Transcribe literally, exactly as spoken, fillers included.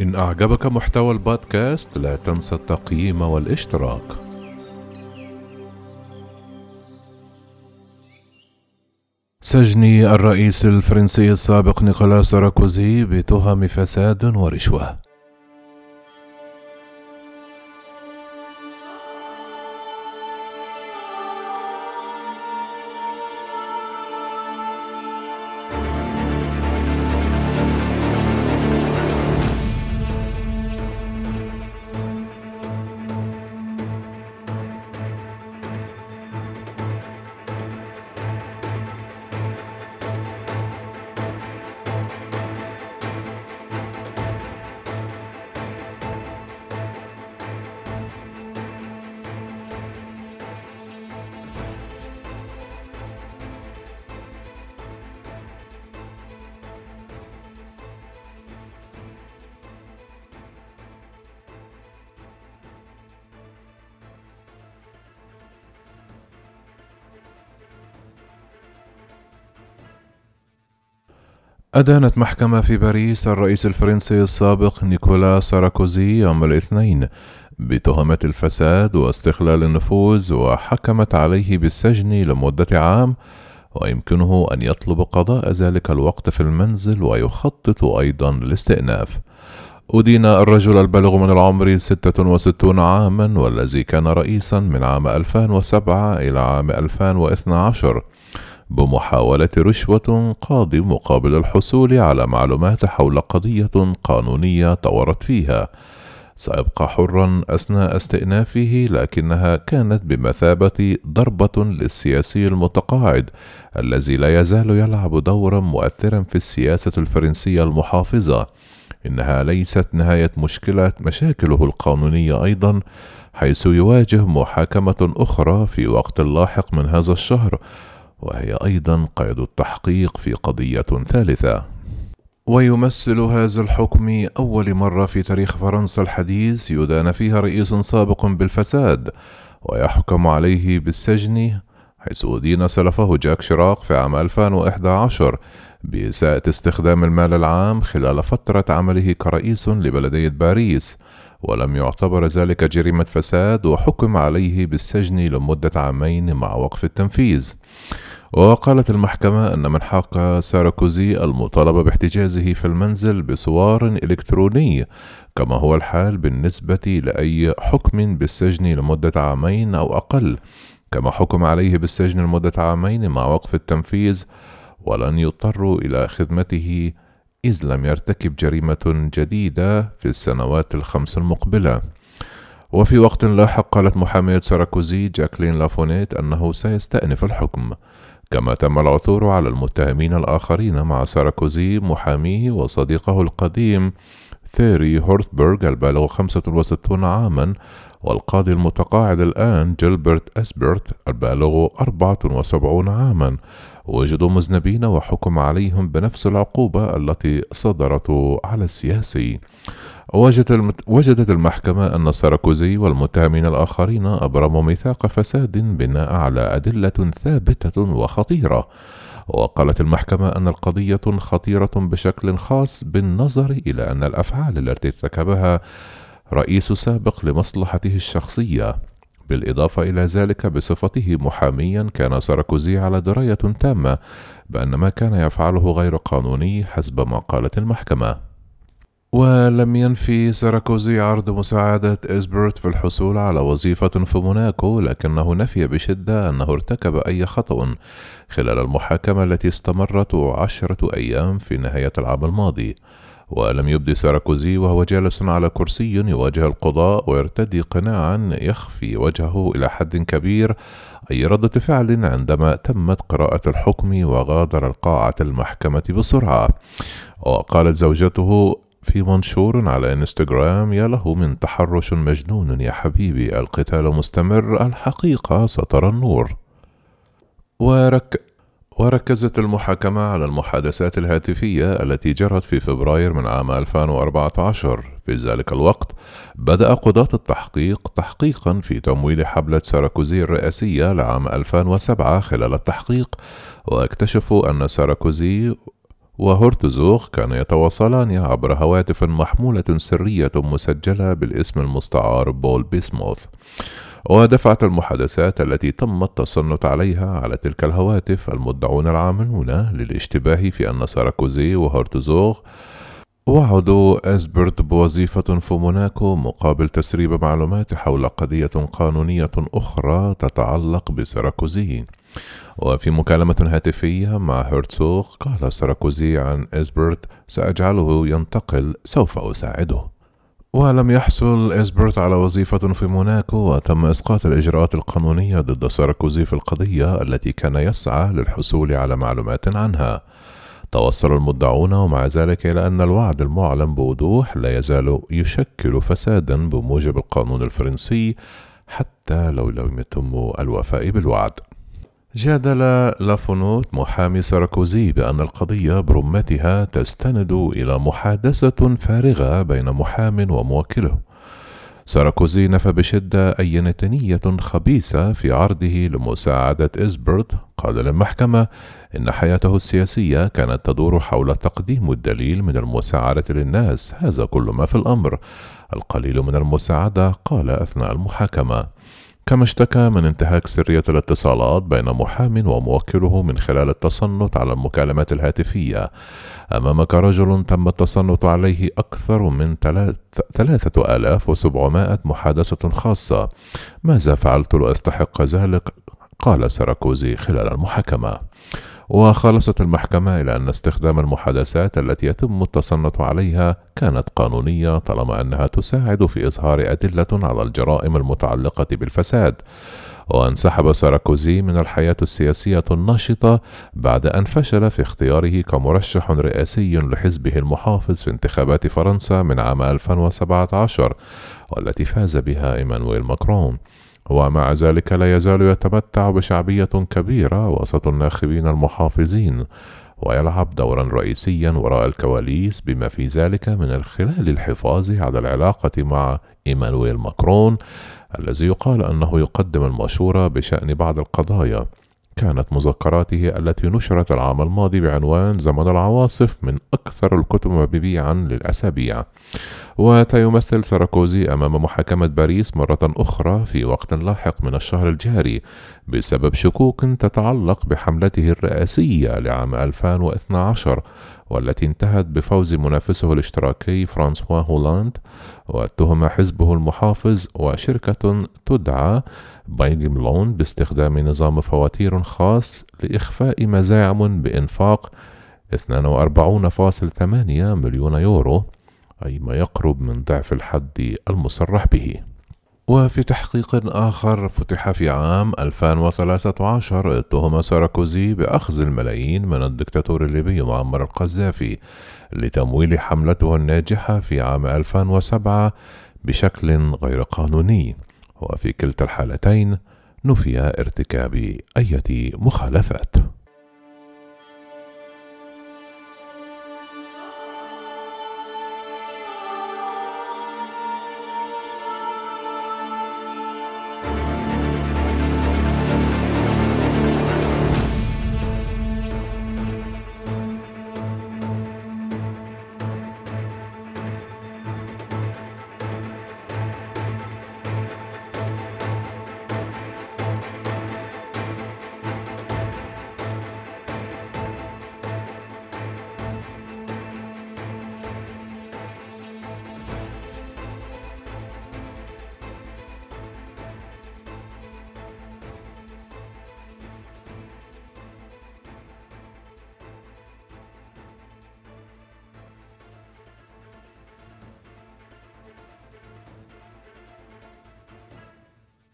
إن أعجبك محتوى البودكاست لا تنسى التقييم والاشتراك. سجن الرئيس الفرنسي السابق نيكولا ساركوزي بتهم فساد ورشوة. أدانت محكمة في باريس الرئيس الفرنسي السابق نيكولا ساركوزي يوم الاثنين بتهمة الفساد واستغلال النفوذ، وحكمت عليه بالسجن لمدة عام، ويمكنه أن يطلب قضاء ذلك الوقت في المنزل ويخطط أيضا للاستئناف. أدين الرجل البالغ من العمر ستة وستين عاما، والذي كان رئيسا من عام ألفين وسبعة إلى عام ألفين واثني عشر بمحاولة رشوة قاضي مقابل الحصول على معلومات حول قضية قانونية طورت فيها. سيبقى حرا أثناء استئنافه، لكنها كانت بمثابة ضربة للسياسي المتقاعد الذي لا يزال يلعب دورا مؤثرا في السياسة الفرنسية المحافظة. إنها ليست نهاية مشكلة مشاكله القانونية أيضا، حيث يواجه محاكمة أخرى في وقت لاحق من هذا الشهر، وهي أيضا قيد التحقيق في قضية ثالثة. ويمثل هذا الحكم أول مرة في تاريخ فرنسا الحديث يدان فيها رئيس سابق بالفساد ويحكم عليه بالسجن، حيث أدين سلفه جاك شيراك في عام ألفين وإحدى عشر بإساءة استخدام المال العام خلال فترة عمله كرئيس لبلدية باريس، ولم يعتبر ذلك جريمة فساد، وحكم عليه بالسجن لمدة عامين مع وقف التنفيذ. وقالت المحكمة أن من حق ساركوزي المطالبة باحتجازه في المنزل بصوار إلكتروني، كما هو الحال بالنسبة لأي حكم بالسجن لمدة عامين أو أقل، كما حكم عليه بالسجن لمدة عامين مع وقف التنفيذ، ولن يضطر إلى خدمته إذ لم يرتكب جريمة جديدة في السنوات الخمس المقبلة. وفي وقت لاحق قالت محامية ساركوزي جاكلين لافونيت أنه سيستأنف الحكم. كما تم العثور على المتهمين الآخرين مع ساركوزي محاميه وصديقه القديم ثيري هورثبرغ البالغ خمسة وستين عاما، والقاضي المتقاعد الآن جيلبرت أسبرت البالغ أربعة وسبعين عاما، وجدوا مذنبين وحكم عليهم بنفس العقوبة التي صدرت على السياسي. وجدت المحكمة أن ساركوزي والمتهمين الآخرين أبرموا ميثاق فساد بناء على أدلة ثابتة وخطيرة. وقالت المحكمة أن القضية خطيرة بشكل خاص بالنظر إلى أن الأفعال التي ارتكبها رئيس سابق لمصلحته الشخصية. بالإضافة إلى ذلك، بصفته محاميا كان ساركوزي على دراية تامة بأن ما كان يفعله غير قانوني حسب ما قالت المحكمة. ولم ينفي ساركوزي عرض مساعدة إسبرت في الحصول على وظيفة في موناكو، لكنه نفي بشدة أنه ارتكب أي خطأ خلال المحاكمة التي استمرت عشرة أيام في نهاية العام الماضي. ولم يبدي ساركوزي وهو جالس على كرسي يواجه القضاء ويرتدي قناعا يخفي وجهه إلى حد كبير أي ردة فعل عندما تمت قراءة الحكم، وغادر القاعة المحكمة بسرعة. وقالت زوجته في منشور على إنستغرام: يا له من تحرش مجنون يا حبيبي، القتال مستمر، الحقيقة سترى النور. ورك وركزت المحاكمة على المحادثات الهاتفية التي جرت في فبراير من عام ألفين وأربعة عشر. في ذلك الوقت بدأ قضاة التحقيق تحقيقا في تمويل حملة ساركوزي الرئاسية لعام ألفين وسبعة. خلال التحقيق واكتشفوا أن ساركوزي وهورتزوغ كان يتواصلان عبر هواتف محمولة سرية مسجلة بالاسم المستعار بول بيسموث. ودفعت المحادثات التي تم التصنت عليها على تلك الهواتف المدعون العاملون للاشتباه في أن ساركوزي وهورتزوغ وعدوا إسبرت بوظيفة في موناكو مقابل تسريب معلومات حول قضية قانونية أخرى تتعلق بساركوزي. وفي مكالمة هاتفية مع هرتسوغ قال ساركوزي عن إسبرت: سأجعله ينتقل، سوف أساعده. ولم يحصل إسبرت على وظيفة في موناكو، وتم إسقاط الإجراءات القانونية ضد ساركوزي في القضية التي كان يسعى للحصول على معلومات عنها. توصل المدعون ومع ذلك إلى أن الوعد المعلن بوضوح لا يزال يشكل فسادا بموجب القانون الفرنسي حتى لو لم يتم الوفاء بالوعد. جادل لافونوت محامي ساركوزي بأن القضية برمتها تستند إلى محادثة فارغة بين محام وموكله. ساركوزي نفى بشدة أي نية خبيثة في عرضه لمساعدة إسبرت. قال للمحكمة إن حياته السياسية كانت تدور حول تقديم الدليل من المساعدة للناس، هذا كل ما في الأمر، القليل من المساعدة، قال أثناء المحاكمة. كما اشتكى من انتهاك سرية الاتصالات بين محام وموكله من خلال التصنت على المكالمات الهاتفية. أمامك رجل تم التصنت عليه أكثر من ثلاثة آلاف وسبعمائة محادثة خاصة، ماذا فعلت لأستحق ذلك؟ قال ساركوزي خلال المحاكمة. وخلصت المحكمة إلى أن استخدام المحادثات التي يتم التصنت عليها كانت قانونية طالما أنها تساعد في إظهار أدلة على الجرائم المتعلقة بالفساد. وانسحب ساركوزي من الحياة السياسية الناشطة بعد أن فشل في اختياره كمرشح رئاسي لحزبه المحافظ في انتخابات فرنسا من عام ألفين وسبعة عشر، والتي فاز بها إيمانويل ماكرون. ومع ذلك لا يزال يتمتع بشعبية كبيرة وسط الناخبين المحافظين، ويلعب دورا رئيسيا وراء الكواليس، بما في ذلك من خلال الحفاظ على العلاقة مع إيمانويل ماكرون الذي يقال أنه يقدم المشورة بشأن بعض القضايا. كانت مذكراته التي نشرت العام الماضي بعنوان زمن العواصف من أكثر الكتب مبيعا للأسابيع. وسيمثل ساركوزي أمام محاكمة باريس مرة أخرى في وقت لاحق من الشهر الجاري بسبب شكوك تتعلق بحملته الرئاسية لعام ألفين واثني عشر، والتي انتهت بفوز منافسه الاشتراكي فرانسوا هولاند. واتهم حزبه المحافظ وشركة تدعى بايجملون باستخدام نظام فواتير خاص لإخفاء مزاعم بإنفاق اثنين وأربعين فاصلة ثمانية مليون يورو، أي ما يقرب من ضعف الحد المصرح به. وفي تحقيق آخر فتح في عام ألفين وثلاثة عشر، اتهم ساركوزي بأخذ الملايين من الدكتاتور الليبي معمر القذافي لتمويل حملته الناجحة في عام ألفين وسبعة بشكل غير قانوني، وفي كلتا الحالتين نفي ارتكاب أي مخالفات.